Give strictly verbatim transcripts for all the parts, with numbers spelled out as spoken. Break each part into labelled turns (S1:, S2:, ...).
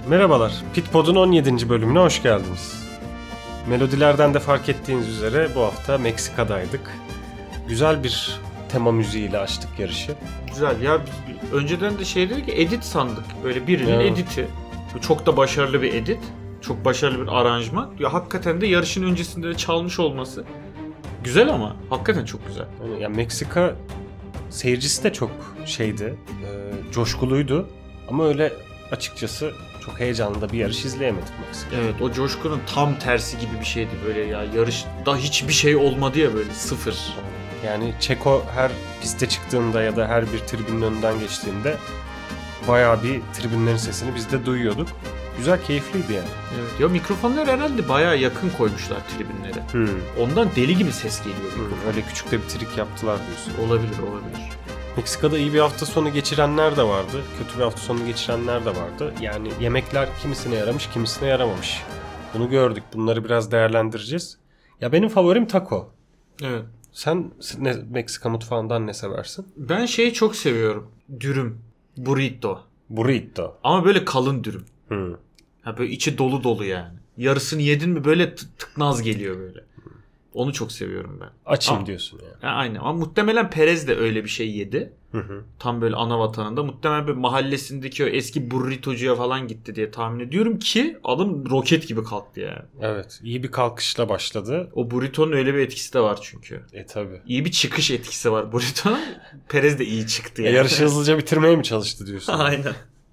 S1: Merhabalar, Pitpod'un on yedinci bölümüne hoş geldiniz. Melodilerden de fark ettiğiniz üzere bu hafta Meksika'daydık. Güzel bir tema müziğiyle açtık yarışı.
S2: Güzel ya, biz önceden de şey dedik ki edit sandık. Böyle birinin
S1: ya.
S2: editi. Çok da başarılı bir edit. Çok başarılı bir aranjman. Ya hakikaten de yarışın öncesinde de çalmış olması güzel, ama hakikaten çok güzel.
S1: Yani, yani Meksika seyircisi de çok şeydi, e, coşkuluydu ama öyle açıkçası çok heyecanlı da bir yarış izleyemedik Meksika.
S2: Evet, o coşkunun tam tersi gibi bir şeydi böyle ya. Yarışta hiçbir şey olmadı ya, böyle sıfır.
S1: Yani Checo her piste çıktığında ya da her bir tribünün önünden geçtiğinde bayağı bir tribünlerin sesini biz de duyuyorduk. Güzel, keyifliydi yani.
S2: Evet. Ya mikrofonlar herhalde bayağı yakın koymuşlar tribünlere.
S1: Hmm.
S2: Ondan deli gibi ses geliyor.
S1: Hmm, öyle küçük de bir trik yaptılar diyorsun.
S2: Olabilir, olabilir.
S1: Meksika'da iyi bir hafta sonu geçirenler de vardı. Kötü bir hafta sonu geçirenler de vardı. Yani yemekler kimisine yaramış, kimisine yaramamış. Bunu gördük. Bunları biraz değerlendireceğiz. Ya benim favorim taco.
S2: Evet.
S1: Sen ne, Meksika mutfağından ne seversin?
S2: Ben şeyi çok seviyorum. Dürüm. Burrito.
S1: Burrito.
S2: Ama böyle kalın dürüm.
S1: Hmm.
S2: Ha, böyle içi dolu dolu yani. Yarısını yedin mi böyle t- tıknaz geliyor böyle. Onu çok seviyorum ben.
S1: Açım
S2: ama,
S1: diyorsun yani.
S2: ya. Aynen, ama muhtemelen Perez de öyle bir şey yedi.
S1: Hı hı.
S2: Tam böyle ana vatanında. Muhtemelen böyle mahallesindeki o eski burritocuya falan gitti diye tahmin ediyorum ki adam roket gibi kalktı yani.
S1: Evet, iyi bir kalkışla başladı.
S2: O burritonun öyle bir etkisi de var çünkü.
S1: E tabi.
S2: İyi bir çıkış etkisi var burritonun. Perez de iyi çıktı yani.
S1: E, yarışı hızlıca bitirmeye mi çalıştı diyorsun?
S2: Aynen.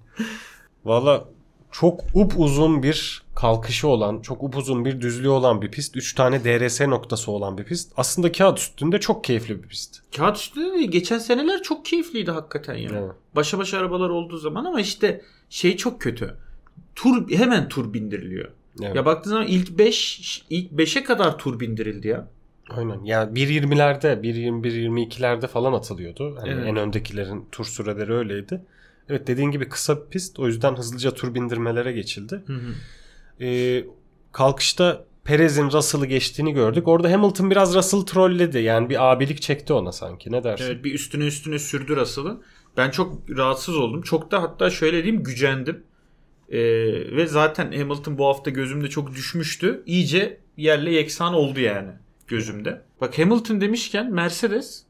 S1: Valla çok upuzun bir kalkışı olan, çok upuzun bir düzlüğü olan bir pist. Üç tane D R S noktası olan bir pist. Aslında kağıt üstünde çok keyifli bir pist.
S2: Kağıt üstünde de geçen seneler çok keyifliydi hakikaten yani.
S1: Evet.
S2: Başa başa arabalar olduğu zaman, ama işte şey çok kötü. Tur hemen tur bindiriliyor.
S1: Evet.
S2: Ya baktığın zaman ilk beş ilk beşe kadar tur bindirildi ya.
S1: Aynen. Yani bir yirmilerde, bir yirmi bir yirmi ikilerde falan atılıyordu. Hani
S2: evet.
S1: En öndekilerin tur süreleri öyleydi. Evet, dediğin gibi kısa bir pist. O yüzden hızlıca tur bindirmelere geçildi.
S2: Hı hı.
S1: Ee, kalkışta Perez'in Russell'ı geçtiğini gördük. Orada Hamilton biraz Russell'ı trolledi. Yani bir abilik çekti ona sanki. Ne dersin?
S2: Evet, bir üstüne üstüne sürdü Russell'ı. Ben çok rahatsız oldum. Çok da hatta şöyle diyeyim, gücendim. Ee, ve zaten Hamilton bu hafta gözümde çok düşmüştü. İyice yerle yeksan oldu yani gözümde. Bak, Hamilton demişken Mercedes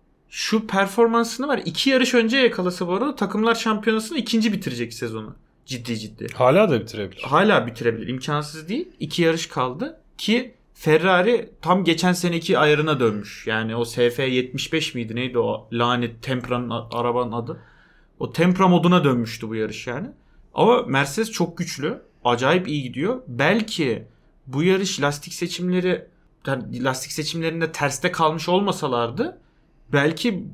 S2: şu performansını var. İki yarış önce yakalasa bu arada takımlar şampiyonasını ikinci bitirecek sezonu. Ciddi ciddi.
S1: Hala da bitirebilir.
S2: Hala bitirebilir. İmkansız değil. İki yarış kaldı ki Ferrari tam geçen seneki ayarına dönmüş. Yani o S F yetmiş beş miydi neydi o lanet Tempra'nın arabanın adı. O Tempra moduna dönmüştü bu yarış yani. Ama Mercedes çok güçlü. Acayip iyi gidiyor. Belki bu yarış lastik seçimleri yani lastik seçimlerinde terste kalmış olmasalardı belki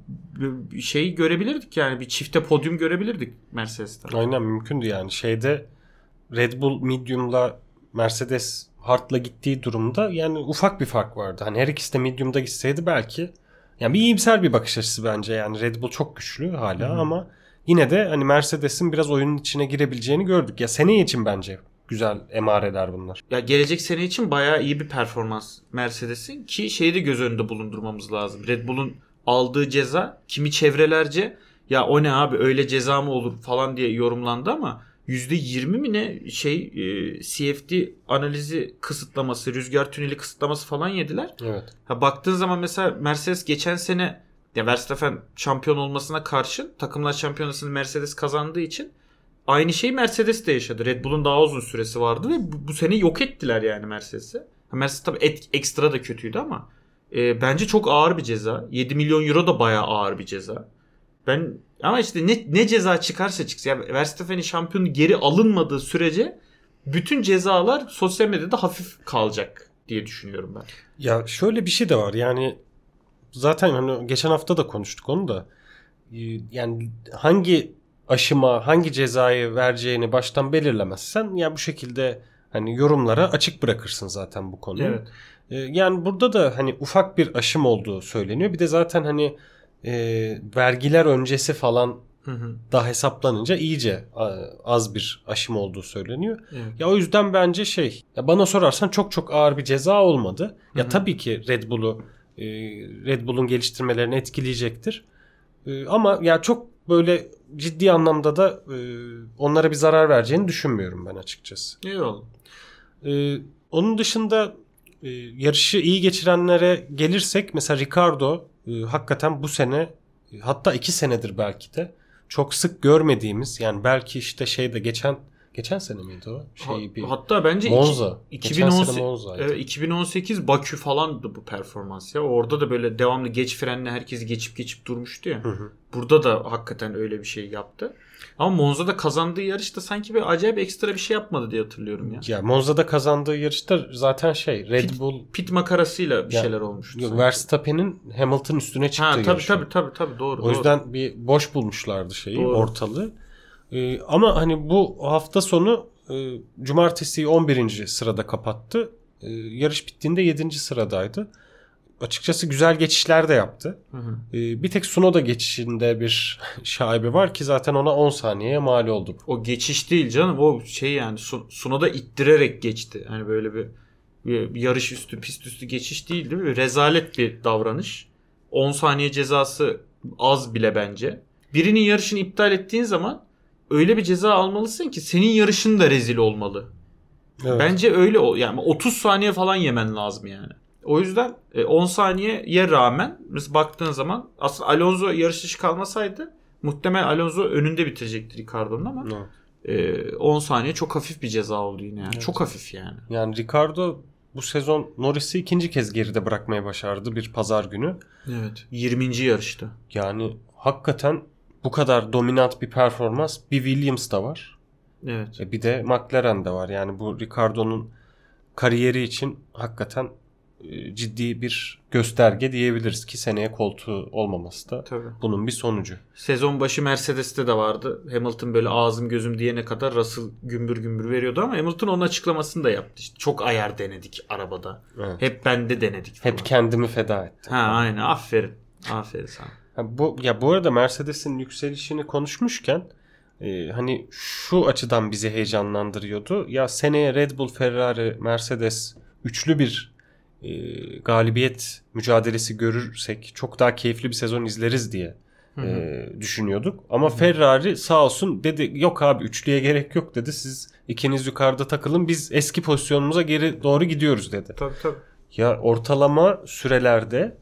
S2: şey görebilirdik, yani bir çifte podyum görebilirdik Mercedes'ten.
S1: Aynen, mümkündü yani. Şeyde Red Bull Medium'la Mercedes Hard'la gittiği durumda yani ufak bir fark vardı. Hani her ikisi de Medium'da gitseydi belki, yani bir iyimser bir bakış açısı bence. Yani Red Bull çok güçlü hala, hı-hı, ama yine de hani Mercedes'in biraz oyunun içine girebileceğini gördük. Ya seneye için bence güzel emareler bunlar.
S2: Ya gelecek sene için bayağı iyi bir performans Mercedes'in, ki şeyi de göz önünde bulundurmamız lazım. Red Bull'un aldığı ceza kimi çevrelerce ya o ne abi öyle ceza mı olur falan diye yorumlandı, ama yüzde yirmi mi ne şey e, C F D analizi kısıtlaması, rüzgar tüneli kısıtlaması falan yediler.
S1: Evet.
S2: Ha, baktığın zaman mesela Mercedes geçen sene ya Verstappen şampiyon olmasına karşın takımlar şampiyonasını Mercedes kazandığı için aynı şeyi Mercedes de yaşadı. Red Bull'un daha uzun süresi vardı ve bu, bu sene yok ettiler yani Mercedes'i. Mercedes tabii et, ekstra da kötüydü ama e, bence çok ağır bir ceza. yedi milyon euro da bayağı ağır bir ceza. Ben ama işte ne, ne ceza çıkarsa çıksın. Yani Verstappen'in şampiyonu geri alınmadığı sürece bütün cezalar sosyal medyada hafif kalacak diye düşünüyorum ben.
S1: Ya şöyle bir şey de var. Yani zaten hani geçen hafta da konuştuk onu da. Yani hangi aşıma hangi cezayı vereceğini baştan belirlemezsen ya bu şekilde hani yorumlara açık bırakırsın zaten bu konuyu.
S2: Evet.
S1: Yani burada da hani ufak bir aşım olduğu söyleniyor. Bir de zaten hani e, vergiler öncesi falan
S2: hı hı.
S1: da hesaplanınca iyice az bir aşım olduğu söyleniyor.
S2: Evet.
S1: Ya o yüzden bence şey, ya bana sorarsan çok çok ağır bir ceza olmadı.
S2: Hı
S1: ya
S2: hı.
S1: tabii ki Red Bull'u e, Red Bull'un geliştirmelerini etkileyecektir. E, ama ya çok böyle ciddi anlamda da e, onlara bir zarar vereceğini düşünmüyorum ben açıkçası.
S2: Eyvallah.
S1: E, onun dışında e, yarışı iyi geçirenlere gelirsek mesela Ricardo e, hakikaten bu sene hatta iki senedir belki de çok sık görmediğimiz yani belki işte şeyde geçen geçen sene miydi o? Şey bir
S2: Hatta bence
S1: Monza.
S2: iki bin on sekiz,
S1: Monza'ydı.
S2: evet, iki bin on sekiz Bakü falandı bu performans ya. Orada da böyle devamlı geç frenle herkesi geçip geçip durmuştu ya.
S1: Hı hı.
S2: Burada da hakikaten öyle bir şey yaptı. Ama Monza'da kazandığı yarışta sanki bir acayip ekstra bir şey yapmadı diye hatırlıyorum ya.
S1: Ya Monza'da kazandığı yarışta zaten şey Red
S2: Pit,
S1: Bull
S2: pit makarasıyla bir
S1: ya,
S2: şeyler olmuştu.
S1: Yok, Verstappen'in Hamilton üstüne çıktığı
S2: ha, tabii,
S1: yarış.
S2: tabii tabii tabii doğru.
S1: O
S2: doğru.
S1: yüzden bir boş bulmuşlardı şeyi
S2: Doğru.
S1: ortalığı. Ee, ama hani bu hafta sonu e, cumartesiyi on birinci sırada kapattı. E, yarış bittiğinde yedinci sıradaydı. Açıkçası güzel geçişler de yaptı.
S2: Hı hı.
S1: E, bir tek Tsunoda geçişinde bir şaibe var ki zaten ona on saniyeye mal oldu.
S2: O geçiş değil canım. O şey yani Tsunoda ittirerek geçti. Hani böyle bir, bir, bir yarış üstü pist üstü geçiş değil değil mi? Rezalet bir davranış. on saniye cezası az bile bence. Birinin yarışını iptal ettiğin zaman öyle bir ceza almalısın ki senin yarışın da rezil olmalı.
S1: Evet.
S2: Bence öyle yani otuz saniye falan yemen lazım yani. O yüzden on saniyeye rağmen mesela baktığın zaman aslında Alonso yarış dışı kalmasaydı muhtemelen Alonso önünde bitirecekti Ricardo'nun ama evet. on saniye çok hafif bir ceza oldu yine yani. Evet. Çok hafif yani.
S1: Yani Ricardo bu sezon Norris'i ikinci kez geride bırakmayı başardı bir pazar günü.
S2: Evet. yirminci yarışta.
S1: Yani hakikaten bu kadar dominant bir performans bir Williams'da var.
S2: Evet.
S1: Bir de McLaren'de var. Yani bu Ricardo'nun kariyeri için hakikaten ciddi bir gösterge diyebiliriz ki seneye koltuğu olmaması da Tabii. bunun bir sonucu.
S2: Sezon başı Mercedes'te de vardı. Hamilton böyle ağzım gözüm diyene kadar Russell gümbür gümbür veriyordu ama Hamilton onun açıklamasını da yaptı. İşte çok ayar denedik arabada. Evet. Hep bende denedik falan.
S1: Hep kendimi feda ettim.
S2: Ha aynen aferin. Aferin sana.
S1: Ha, bu, ya bu arada Mercedes'in yükselişini konuşmuşken e, hani şu açıdan bizi heyecanlandırıyordu. Ya seneye Red Bull, Ferrari, Mercedes üçlü bir e, galibiyet mücadelesi görürsek çok daha keyifli bir sezon izleriz diye e, düşünüyorduk. Ama Hı-hı. Ferrari sağ olsun dedi yok abi üçlüye gerek yok dedi. Siz ikiniz yukarıda takılın biz eski pozisyonumuza geri doğru gidiyoruz dedi.
S2: Tabii tabii.
S1: Ya ortalama sürelerde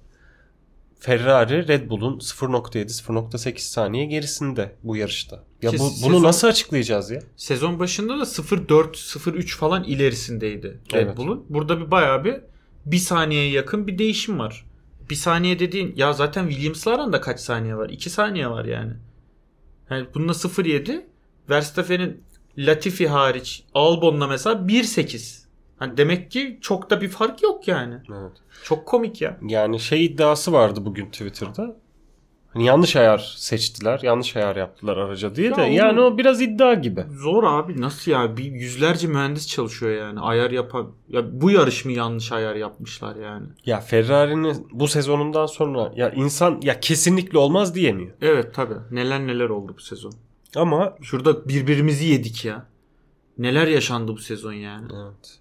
S1: Ferrari Red Bull'un sıfır nokta yedi sıfır nokta sekiz saniye gerisinde bu yarışta. Ya bu, bunu sezon, nasıl açıklayacağız ya?
S2: Sezon başında da sıfır dört sıfır üç falan ilerisindeydi Red evet. Bull'un. Burada bir bayağı bir bir saniyeye yakın bir değişim var. Bir saniye dediğin ya zaten Williams'la aranda kaç saniye var? iki saniye var yani. Yani bununla sıfır yedi Verstappen'in Latifi hariç Albon'la mesela bir sekiz. Hani demek ki çok da bir fark yok yani.
S1: Evet.
S2: Çok komik ya.
S1: Yani şey iddiası vardı bugün Twitter'da. Hani yanlış ayar seçtiler, yanlış ayar yaptılar araca diye ya de. Yani o biraz iddia gibi.
S2: Zor abi nasıl ya? Bir yüzlerce mühendis çalışıyor yani. Ayar yapan ya bu yarış mı yanlış ayar yapmışlar yani?
S1: Ya Ferrari'nin bu sezonundan sonra ya insan ya kesinlikle olmaz diyemiyor.
S2: Evet tabii. Neler neler oldu bu sezon.
S1: Ama
S2: şurada birbirimizi yedik ya. Neler yaşandı bu sezon yani.
S1: Evet.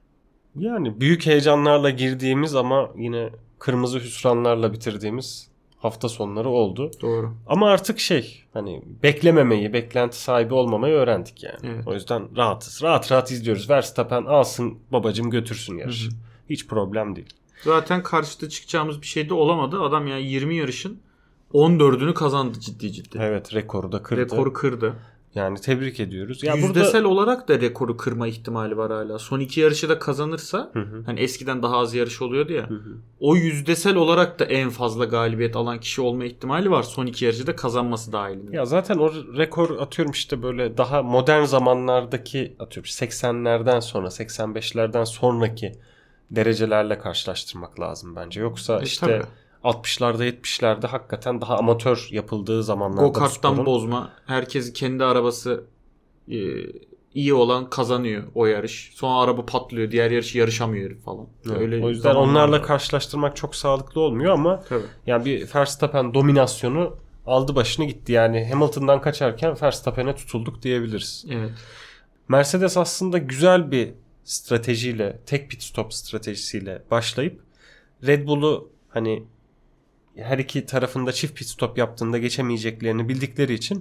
S1: Yani büyük heyecanlarla girdiğimiz ama yine kırmızı hüsranlarla bitirdiğimiz hafta sonları oldu.
S2: Doğru.
S1: Ama artık şey hani beklememeyi, beklenti sahibi olmamayı öğrendik yani.
S2: Evet.
S1: O yüzden rahatız. Rahat rahat izliyoruz. Verstappen alsın babacım götürsün yarışı. Hı hı. Hiç problem değil.
S2: Zaten karşıda çıkacağımız bir şey de olamadı. Adam yani yirmi yarışın on dördünü kazandı ciddi ciddi.
S1: Evet rekoru da kırdı.
S2: Rekoru kırdı.
S1: Yani tebrik ediyoruz.
S2: Ya yüzdesel burada olarak da rekoru kırma ihtimali var hala. Son iki yarışı da kazanırsa hı hı. Hani eskiden daha az yarış oluyordu ya. Hı hı. O yüzdesel olarak da en fazla galibiyet alan kişi olma ihtimali var. Son iki yarışı da kazanması dahilinde.
S1: Ya zaten o rekor atıyorum işte böyle daha modern zamanlardaki atıyorum seksenlerden sonra seksen beşlerden sonraki derecelerle karşılaştırmak lazım bence. Yoksa e, işte tabii. altmışlarda yetmişlerde hakikaten daha amatör yapıldığı zamanlarda
S2: go-kart'tan sporun bozma. Herkes kendi arabası e, iyi olan kazanıyor o yarış. Sonra araba patlıyor. Diğer yarış yarışamıyor falan.
S1: Evet, öyle o yüzden onlarla var. Karşılaştırmak çok sağlıklı olmuyor ama tabii. Yani bir Verstappen dominasyonu aldı başını gitti. Yani Hamilton'dan kaçarken Verstappen'e tutulduk diyebiliriz.
S2: Evet.
S1: Mercedes aslında güzel bir stratejiyle, tek pit stop stratejisiyle başlayıp Red Bull'u hani her iki tarafında çift pit stop yaptığında geçemeyeceklerini bildikleri için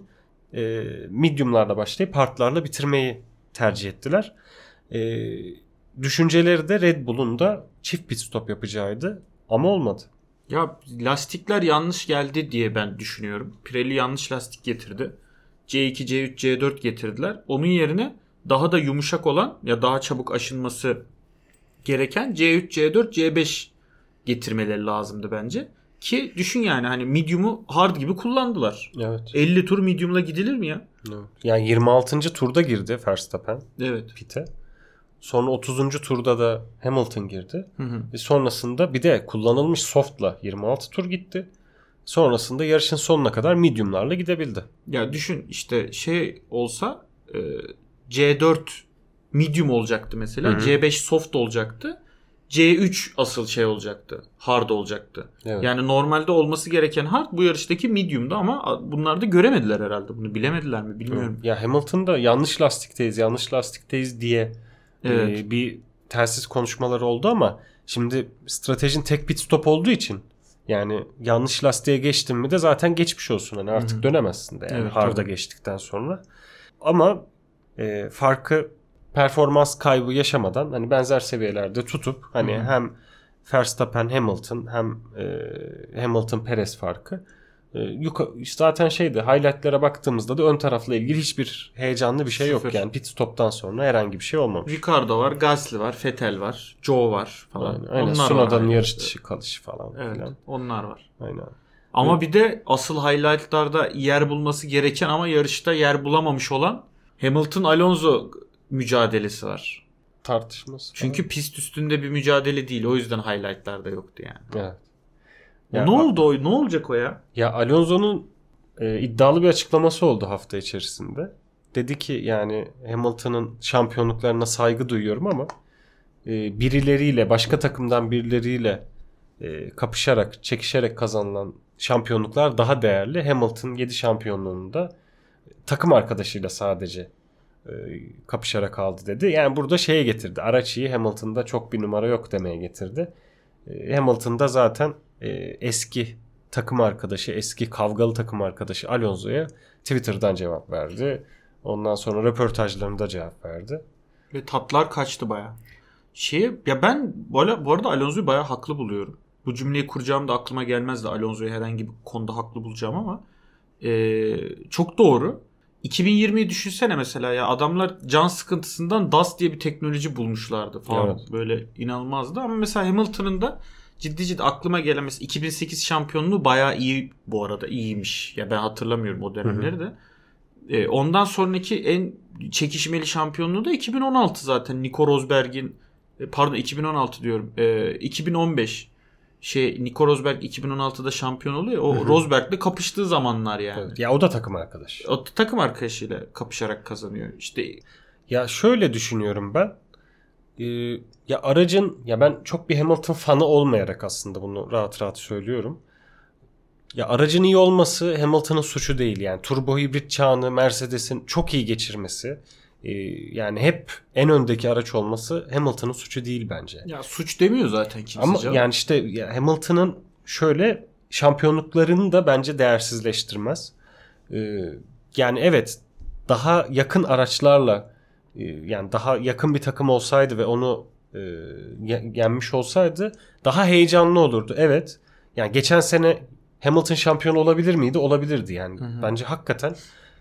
S1: e, medium'larla başlayıp hard'larla bitirmeyi tercih ettiler. E, düşünceleri de Red Bull'un da çift pit stop yapacağıydı ama olmadı.
S2: Ya lastikler yanlış geldi diye ben düşünüyorum. Pirelli yanlış lastik getirdi. C iki, C üç, C dört getirdiler. Onun yerine daha da yumuşak olan ya daha çabuk aşınması gereken C üç, C dört, C beş getirmeleri lazımdı bence. Ki düşün yani hani medium'u hard gibi kullandılar.
S1: Evet.
S2: elli tur medium'la gidilir mi ya?
S1: Evet. Yani yirmi altıncı turda girdi Verstappen.
S2: Evet.
S1: Pit'e. Sonra otuzuncu turda da Hamilton girdi.
S2: Hı hı.
S1: Ve sonrasında bir de kullanılmış soft'la yirmi altı tur gitti. Sonrasında yarışın sonuna kadar medium'larla gidebildi.
S2: Ya düşün işte şey olsa e, C dört medium olacaktı mesela. Hı hı. C beş soft olacaktı. C üç asıl şey olacaktı. Hard olacaktı. Evet. Yani normalde olması gereken hard bu yarıştaki medium'du ama bunlar da göremediler herhalde. Bunu bilemediler mi bilmiyorum.
S1: Evet. Ya Hamilton'da yanlış lastikteyiz, yanlış lastikteyiz diye evet. e, bir telsiz konuşmaları oldu ama şimdi stratejin tek pit stop olduğu için yani yanlış lastiğe geçtin mi de zaten geçmiş olsun. Hani artık Hı-hı. dönemezsin de yani evet, hard'a geçtikten sonra. Ama e, farkı performans kaybı yaşamadan hani benzer seviyelerde tutup hani Hı-hı. hem Verstappen Hamilton hem e, Hamilton Perez farkı e, yuka, zaten şeydi highlight'lara baktığımızda da ön tarafla ilgili hiçbir heyecanlı bir şey Sıfır. yok yani pit stop'tan sonra herhangi bir şey olmamış.
S2: Ricardo var, Gasly var, Vettel var, Joe var falan.
S1: Aynen, aynen. Tsunoda'nın yarış dışı kalışı falan.
S2: Evet,
S1: falan.
S2: onlar var.
S1: Aynen.
S2: Ama evet. bir de asıl highlight'larda yer bulması gereken ama yarışta yer bulamamış olan Hamilton Alonso mücadelesi var.
S1: Tartışması.
S2: Çünkü pist üstünde bir mücadele değil. O yüzden highlight'larda yoktu yani.
S1: Evet.
S2: Ya, ne oldu o? Ne olacak o ya?
S1: Ya Alonso'nun e, iddialı bir açıklaması oldu hafta içerisinde. Dedi ki yani Hamilton'ın şampiyonluklarına saygı duyuyorum ama e, birileriyle başka takımdan birileriyle e, kapışarak, çekişerek kazanılan şampiyonluklar daha değerli. Hamilton yedi şampiyonluğunda takım arkadaşıyla sadece e, kapışarak aldı dedi. Yani burada şeye getirdi. Araç iyi, Hamilton'da çok bir numara yok demeye getirdi. E, Hamilton'da zaten e, eski takım arkadaşı, eski kavgalı takım arkadaşı Alonso'ya Twitter'dan cevap verdi. Ondan sonra röportajlarında cevap verdi.
S2: Ve tatlar kaçtı baya. Şey, ya ben böyle, bu arada Alonso'yu baya haklı buluyorum. Bu cümleyi kuracağım da aklıma gelmezdi Alonso'yu herhangi bir konuda haklı bulacağım ama ee, çok doğru. iki bin yirmiyi düşünsene mesela ya adamlar can sıkıntısından D A S diye bir teknoloji bulmuşlardı falan. Evet. Böyle inanılmazdı ama mesela Hamilton'ın da ciddi ciddi aklıma gelen mesela iki bin sekiz şampiyonluğu bayağı iyi bu arada iyiymiş. Ya ben hatırlamıyorum o dönemleri de. Ee, ondan sonraki en çekişmeli şampiyonluğu da iki bin on altı zaten. Nico Rosberg'in pardon iki bin on altı diyorum. Ee, iki bin on beş şey Nico Rosberg iki bin on altıda şampiyon oluyor. O Rosberg'le kapıştığı zamanlar yani.
S1: Evet. Ya o da takım arkadaşı.
S2: O takım arkadaşıyla kapışarak kazanıyor. İşte
S1: ya şöyle düşünüyorum ben. Ee, ya aracın ya ben çok bir Hamilton fanı olmayarak aslında bunu rahat rahat söylüyorum. Ya aracın iyi olması Hamilton'ın suçu değil yani. Turbo hibrit çağını Mercedes'in çok iyi geçirmesi, e, yani hep en öndeki araç olması Hamilton'ın suçu değil bence.
S2: Ya suç demiyor zaten kimse.
S1: Ama
S2: canım.
S1: yani işte ya Hamilton'ın şöyle şampiyonluklarını da bence değersizleştirmez. Ee, yani evet daha yakın araçlarla e, yani daha yakın bir takım olsaydı ve onu e, yenmiş olsaydı daha heyecanlı olurdu. Evet. Yani geçen sene Hamilton şampiyon olabilir miydi? Olabilirdi yani. Hı hı. Bence hakikaten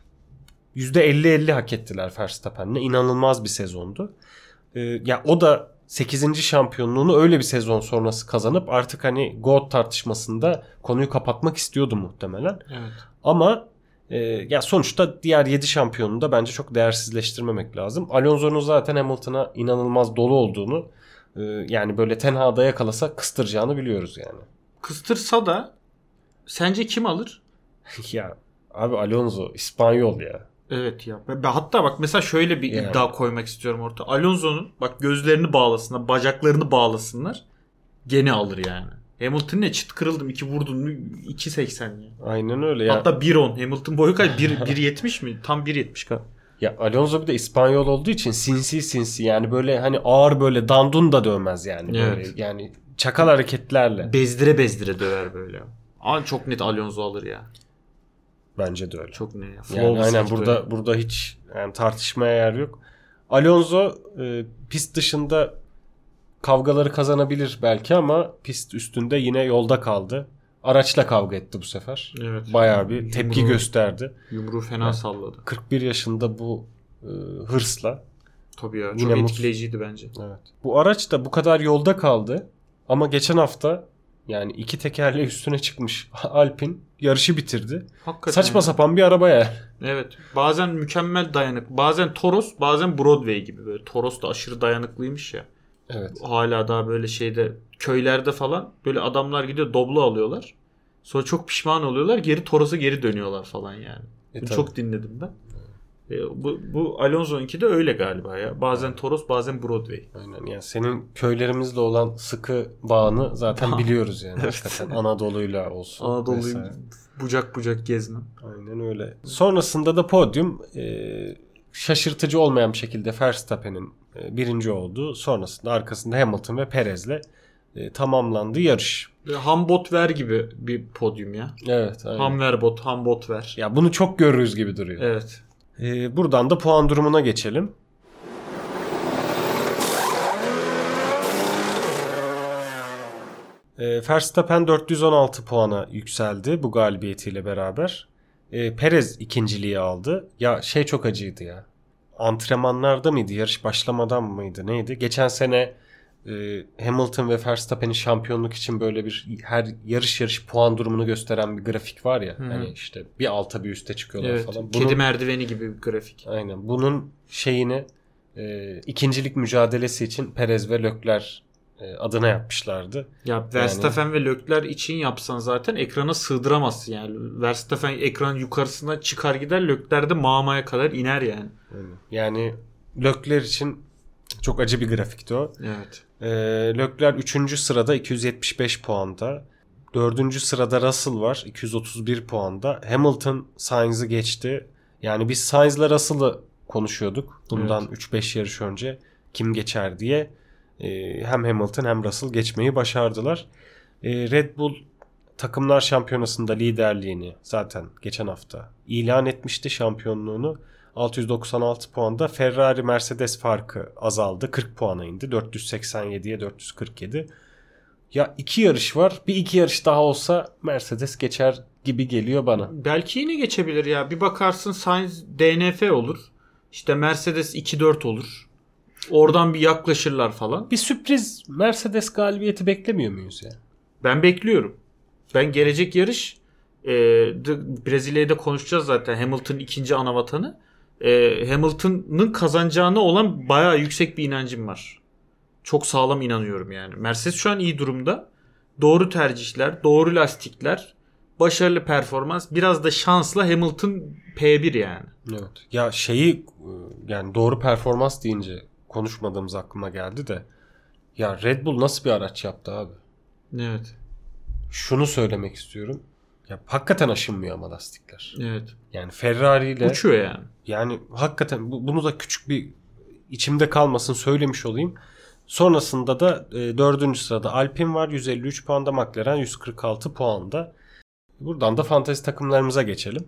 S1: yüzde elli elli hak ettiler Verstappen'le. İnanılmaz bir sezondu. Ee, ya o da sekizinci şampiyonluğunu öyle bir sezon sonrası kazanıp artık hani GOAT tartışmasında konuyu kapatmak istiyordu muhtemelen. Evet. Ama e, ya sonuçta diğer yedi şampiyonunu da bence çok değersizleştirmemek lazım. Alonso'nun zaten Hamilton'a inanılmaz dolu olduğunu e, yani böyle tenhada yakalasa kıstıracağını biliyoruz yani.
S2: Kıstırsa da sence kim alır?
S1: Ya abi Alonso İspanyol ya.
S2: Evet ya. Hatta bak mesela şöyle bir yani. iddia koymak istiyorum ortaya. Alonso'nun bak gözlerini bağlasınlar, bacaklarını bağlasınlar. Gene alır yani. Hamilton ne çıt kırıldım iki vurdun iki seksen ya.
S1: Aynen öyle ya.
S2: Hatta bir on. Hamilton boyu kaç? bir yetmiş mi? Tam bir yetmiş kaç.
S1: Ya Alonso bir de İspanyol olduğu için sinsi sinsi yani böyle hani ağır böyle dandun da dövmez yani. Evet. Böyle yani çakal hareketlerle.
S2: Bezdire bezdire döver böyle. Ama çok net Alonso alır ya.
S1: Bence de öyle.
S2: Çok ne ya.
S1: Yani aynen burada öyle. Burada hiç yani tartışmaya yer yok. Alonso e, pist dışında kavgaları kazanabilir belki ama pist üstünde yine yolda kaldı. Araçla kavga etti bu sefer.
S2: Evet.
S1: Bayağı bir tepki Yumruğu, gösterdi.
S2: Yumruğu fena yani salladı.
S1: kırk bir yaşında bu e, hırsla.
S2: Tabii ya. Çok etkileyiciydi mut- bence.
S1: Evet. Bu araç da bu kadar yolda kaldı. Ama geçen hafta yani iki tekerle üstüne çıkmış Alpine yarışı bitirdi. Hakikaten saçma yani. Sapan bir araba ya.
S2: Evet. Bazen mükemmel dayanık. Bazen Toros, bazen Broadway gibi böyle. Toros da aşırı dayanıklıymış ya.
S1: Evet.
S2: Hala daha böyle şeyde köylerde falan böyle adamlar gidiyor Doblo alıyorlar. Sonra çok pişman oluyorlar. Geri Toros'a geri dönüyorlar falan yani. E, çok dinledim ben. E, bu, bu Alonso'nunki de öyle galiba ya. Bazen Toros, bazen Broadway.
S1: Aynen yani senin köylerimizle olan sıkı bağını zaten biliyoruz yani. Evet. Hakikaten Anadolu'yla olsun.
S2: Anadolu'yu bucak bucak gezmem.
S1: Aynen öyle. Sonrasında da podyum e, şaşırtıcı olmayan bir şekilde Verstappen'in e, birinci olduğu. Sonrasında arkasında Hamilton ve Perez'le e, tamamlandı yarış.
S2: Hambot ver gibi bir podyum ya.
S1: Evet. Aynen.
S2: Ham ver bot, ham bot ver.
S1: Ya bunu çok görürüz gibi duruyor.
S2: Evet.
S1: Ee, buradan da puan durumuna geçelim. Ee, Verstappen dört yüz on altı puana yükseldi bu galibiyetiyle beraber. Ee, Perez ikinciliği aldı. Ya şey çok acıydı ya. Antrenmanlarda mıydı? Yarış başlamadan mıydı? Neydi? Geçen sene e, Hamilton ve Verstappen'in şampiyonluk için böyle bir her yarış yarış puan durumunu gösteren bir grafik var ya. Hı-hı. Hani işte bir alta bir üste çıkıyorlar evet, falan.
S2: Bunun, kedi merdiveni gibi bir grafik.
S1: Aynen. Bunun şeyini e, ikincilik mücadelesi için Perez ve Leclerc e, adına yapmışlardı.
S2: Ya Verstappen yani, ve Leclerc için yapsan zaten ekrana sığdıramazsın yani. Verstappen ekran yukarısına çıkar gider, Leclerc de mağmaya kadar iner yani.
S1: Aynen. Yani Leclerc için çok acı bir grafikti o.
S2: Evet.
S1: Ee, Leclerc üçüncü sırada iki yüz yetmiş beş puanda. dördüncü sırada Russell var iki yüz otuz bir puanda. Hamilton Sainz'ı geçti. Yani biz Sainz'la Russell'ı konuşuyorduk. Bundan evet. üç beş yarış önce kim geçer diye. Ee, hem Hamilton hem Russell geçmeyi başardılar. Ee, Red Bull Takımlar Şampiyonası'nda liderliğini zaten geçen hafta ilan etmişti, şampiyonluğunu. altı yüz doksan altı puanda. Ferrari Mercedes farkı azaldı. kırk puana indi. dört yüz seksen yediye dört yüz kırk yedi. Ya iki yarış var. Bir iki yarış daha olsa Mercedes geçer gibi geliyor bana.
S2: Belki yine geçebilir ya. Bir bakarsın Sainz D N F olur. İşte Mercedes iki dört olur. Oradan bir yaklaşırlar falan.
S1: Bir sürpriz Mercedes galibiyeti beklemiyor muyuz ya?
S2: Ben bekliyorum. Ben gelecek yarış e, Brezilya'da konuşacağız zaten. Hamilton'ın ikinci anavatanı. E, Hamilton'ın kazanacağına olan bayağı yüksek bir inancım var. Çok sağlam inanıyorum yani. Mercedes şu an iyi durumda. Doğru tercihler, doğru lastikler, başarılı performans, biraz da şansla Hamilton P bir yani.
S1: Evet. Ya şeyi yani doğru performans deyince konuşmadığımız aklıma geldi de ya Red Bull nasıl bir araç yaptı abi?
S2: Evet.
S1: Şunu söylemek istiyorum. Ya hakikaten aşınmıyor ama lastikler.
S2: Evet.
S1: Yani Ferrari ile
S2: uçuyor yani.
S1: Yani hakikaten bu, bunu da küçük bir içimde kalmasın söylemiş olayım. Sonrasında da e, dördüncü sırada Alpine var yüz elli üç puanda, McLaren yüz kırk altı puanda. Buradan da fantezi takımlarımıza geçelim.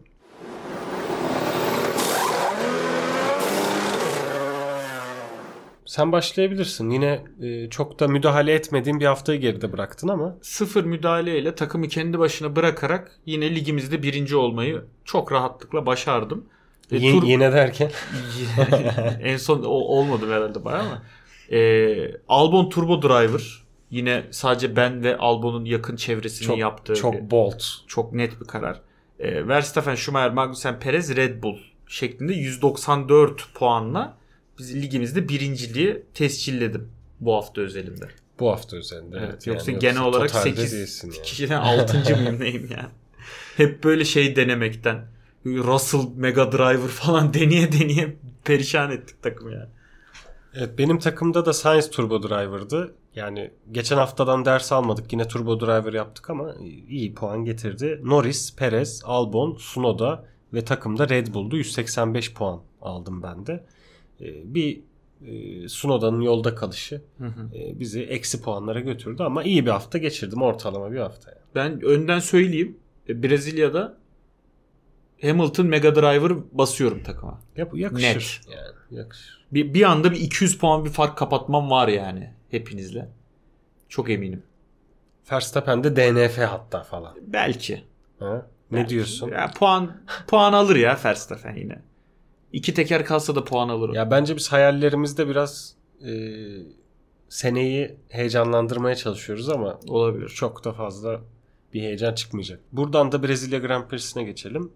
S1: Sen başlayabilirsin. Yine e, çok da müdahale etmediğin bir haftayı geride bıraktın ama.
S2: Sıfır müdahaleyle takımı kendi başına bırakarak yine ligimizde birinci olmayı çok rahatlıkla başardım.
S1: E, y- tur... Yine derken?
S2: En son o, olmadı herhalde bayağı ama. E, Albon Turbo Driver. Yine sadece ben ve Albon'un yakın çevresinin
S1: çok,
S2: yaptığı.
S1: Çok
S2: bir,
S1: bold.
S2: Çok net bir karar. E, Verstappen, Schumacher, Magnussen, Perez, Red Bull şeklinde yüz doksan dört puanla biz ligimizde birinciliği tescilledim bu hafta özelinde.
S1: Bu hafta özelinde.
S2: Evet. Evet. Yoksa yani genel yoksa olarak sekiz yani. Kişiden altıncı mıyım neyim yani. Hep böyle şey denemekten. Russell Mega Driver falan deneye deneye perişan ettik takımı yani.
S1: Evet, benim takımda da Sainz Turbo Driver'dı. Yani geçen haftadan ders almadık. Yine Turbo Driver yaptık ama iyi puan getirdi. Norris, Perez, Albon, Tsunoda ve takımda Red Bull'du. yüz seksen beş puan aldım ben de. Bir e, Tsunoda'nın yolda kalışı hı hı. E, bizi eksi puanlara götürdü ama iyi bir hafta geçirdim, ortalama bir hafta. Yani.
S2: Ben önden söyleyeyim, Brezilya'da Hamilton Mega Driver basıyorum takıma.
S1: Yap, yakışır. Net. Yani, yakışır.
S2: Bir, bir anda bir iki yüz puan bir fark kapatmam var yani hepinizle. Çok eminim.
S1: Verstappen'de D N F hatta falan.
S2: Belki.
S1: Ha? Ne Belki. diyorsun?
S2: Ya, puan puan alır ya Verstappen yine. İki teker kalsa da puan alır.
S1: Ya bence biz hayallerimizde biraz e, seneyi heyecanlandırmaya çalışıyoruz ama
S2: olabilir.
S1: Çok da fazla bir heyecan çıkmayacak. Buradan da Brezilya Grand Prix'sine geçelim.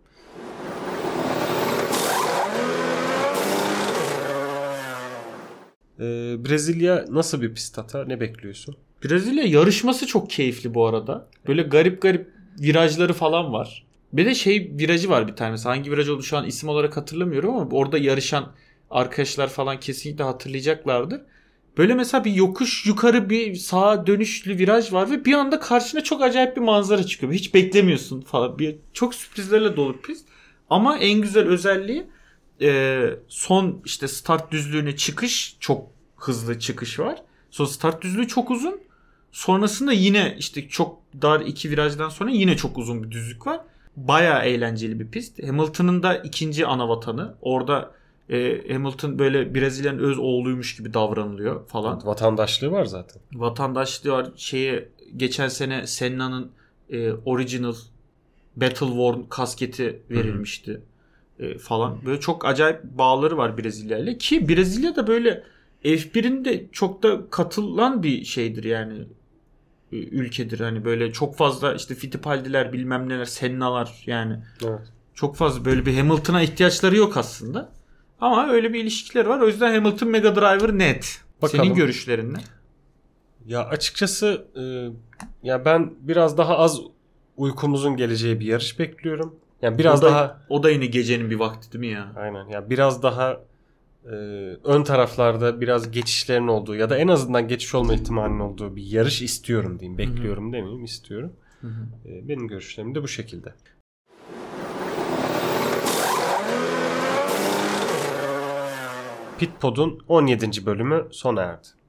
S1: Ee, Brezilya nasıl bir pist Ata? Ne bekliyorsun?
S2: Brezilya yarışması çok keyifli bu arada. Böyle garip garip virajları falan var. Bir de şey virajı var bir tanesi. Hangi viraj oldu şu an isim olarak hatırlamıyorum ama orada yarışan arkadaşlar falan kesinlikle hatırlayacaklardır. Böyle mesela bir yokuş yukarı bir sağa dönüşlü viraj var ve bir anda karşına çok acayip bir manzara çıkıyor. Hiç beklemiyorsun falan. Bir, çok sürprizlerle dolu pist. Ama en güzel özelliği e, son işte start düzlüğüne çıkış, çok hızlı çıkış var. Sonra start düzlüğü çok uzun. Sonrasında yine işte çok dar iki virajdan sonra yine çok uzun bir düzlük var. Bayağı eğlenceli bir pist. Hamilton'ın da ikinci ana vatanı. Orada e, Hamilton böyle Brezilya'nın öz oğluymuş gibi davranılıyor falan.
S1: Vatandaşlığı var zaten.
S2: Vatandaşlığı var. Şeye geçen sene Senna'nın e, original Battle Worn kasketi verilmişti. E, falan. Böyle çok acayip bağları var Brezilya ile ki Brezilya da böyle F bir'in de çok da katılan bir şeydir yani e, ülkedir. Hani böyle çok fazla işte Fittipaldi'ler bilmem neler Senna'lar yani.
S1: Evet.
S2: Çok fazla böyle bir Hamilton'a ihtiyaçları yok aslında. Ama öyle bir ilişkileri var. O yüzden Hamilton Mega Driver net. Bakalım. Senin görüşlerin ne?
S1: Ya açıkçası e, ya ben biraz daha az uykumuzun geleceği bir yarış bekliyorum. Yani biraz
S2: o da,
S1: daha
S2: o da yine gecenin bir vakti değil mi ya?
S1: Aynen. Ya biraz daha e, ön taraflarda biraz geçişlerin olduğu ya da en azından geçiş olma ihtimalinin olduğu bir yarış istiyorum diyeyim. Bekliyorum Hı-hı. demeyeyim, istiyorum. E, benim görüşlerim de bu şekilde. Pit Pod'un on yedinci bölümü sona erdi.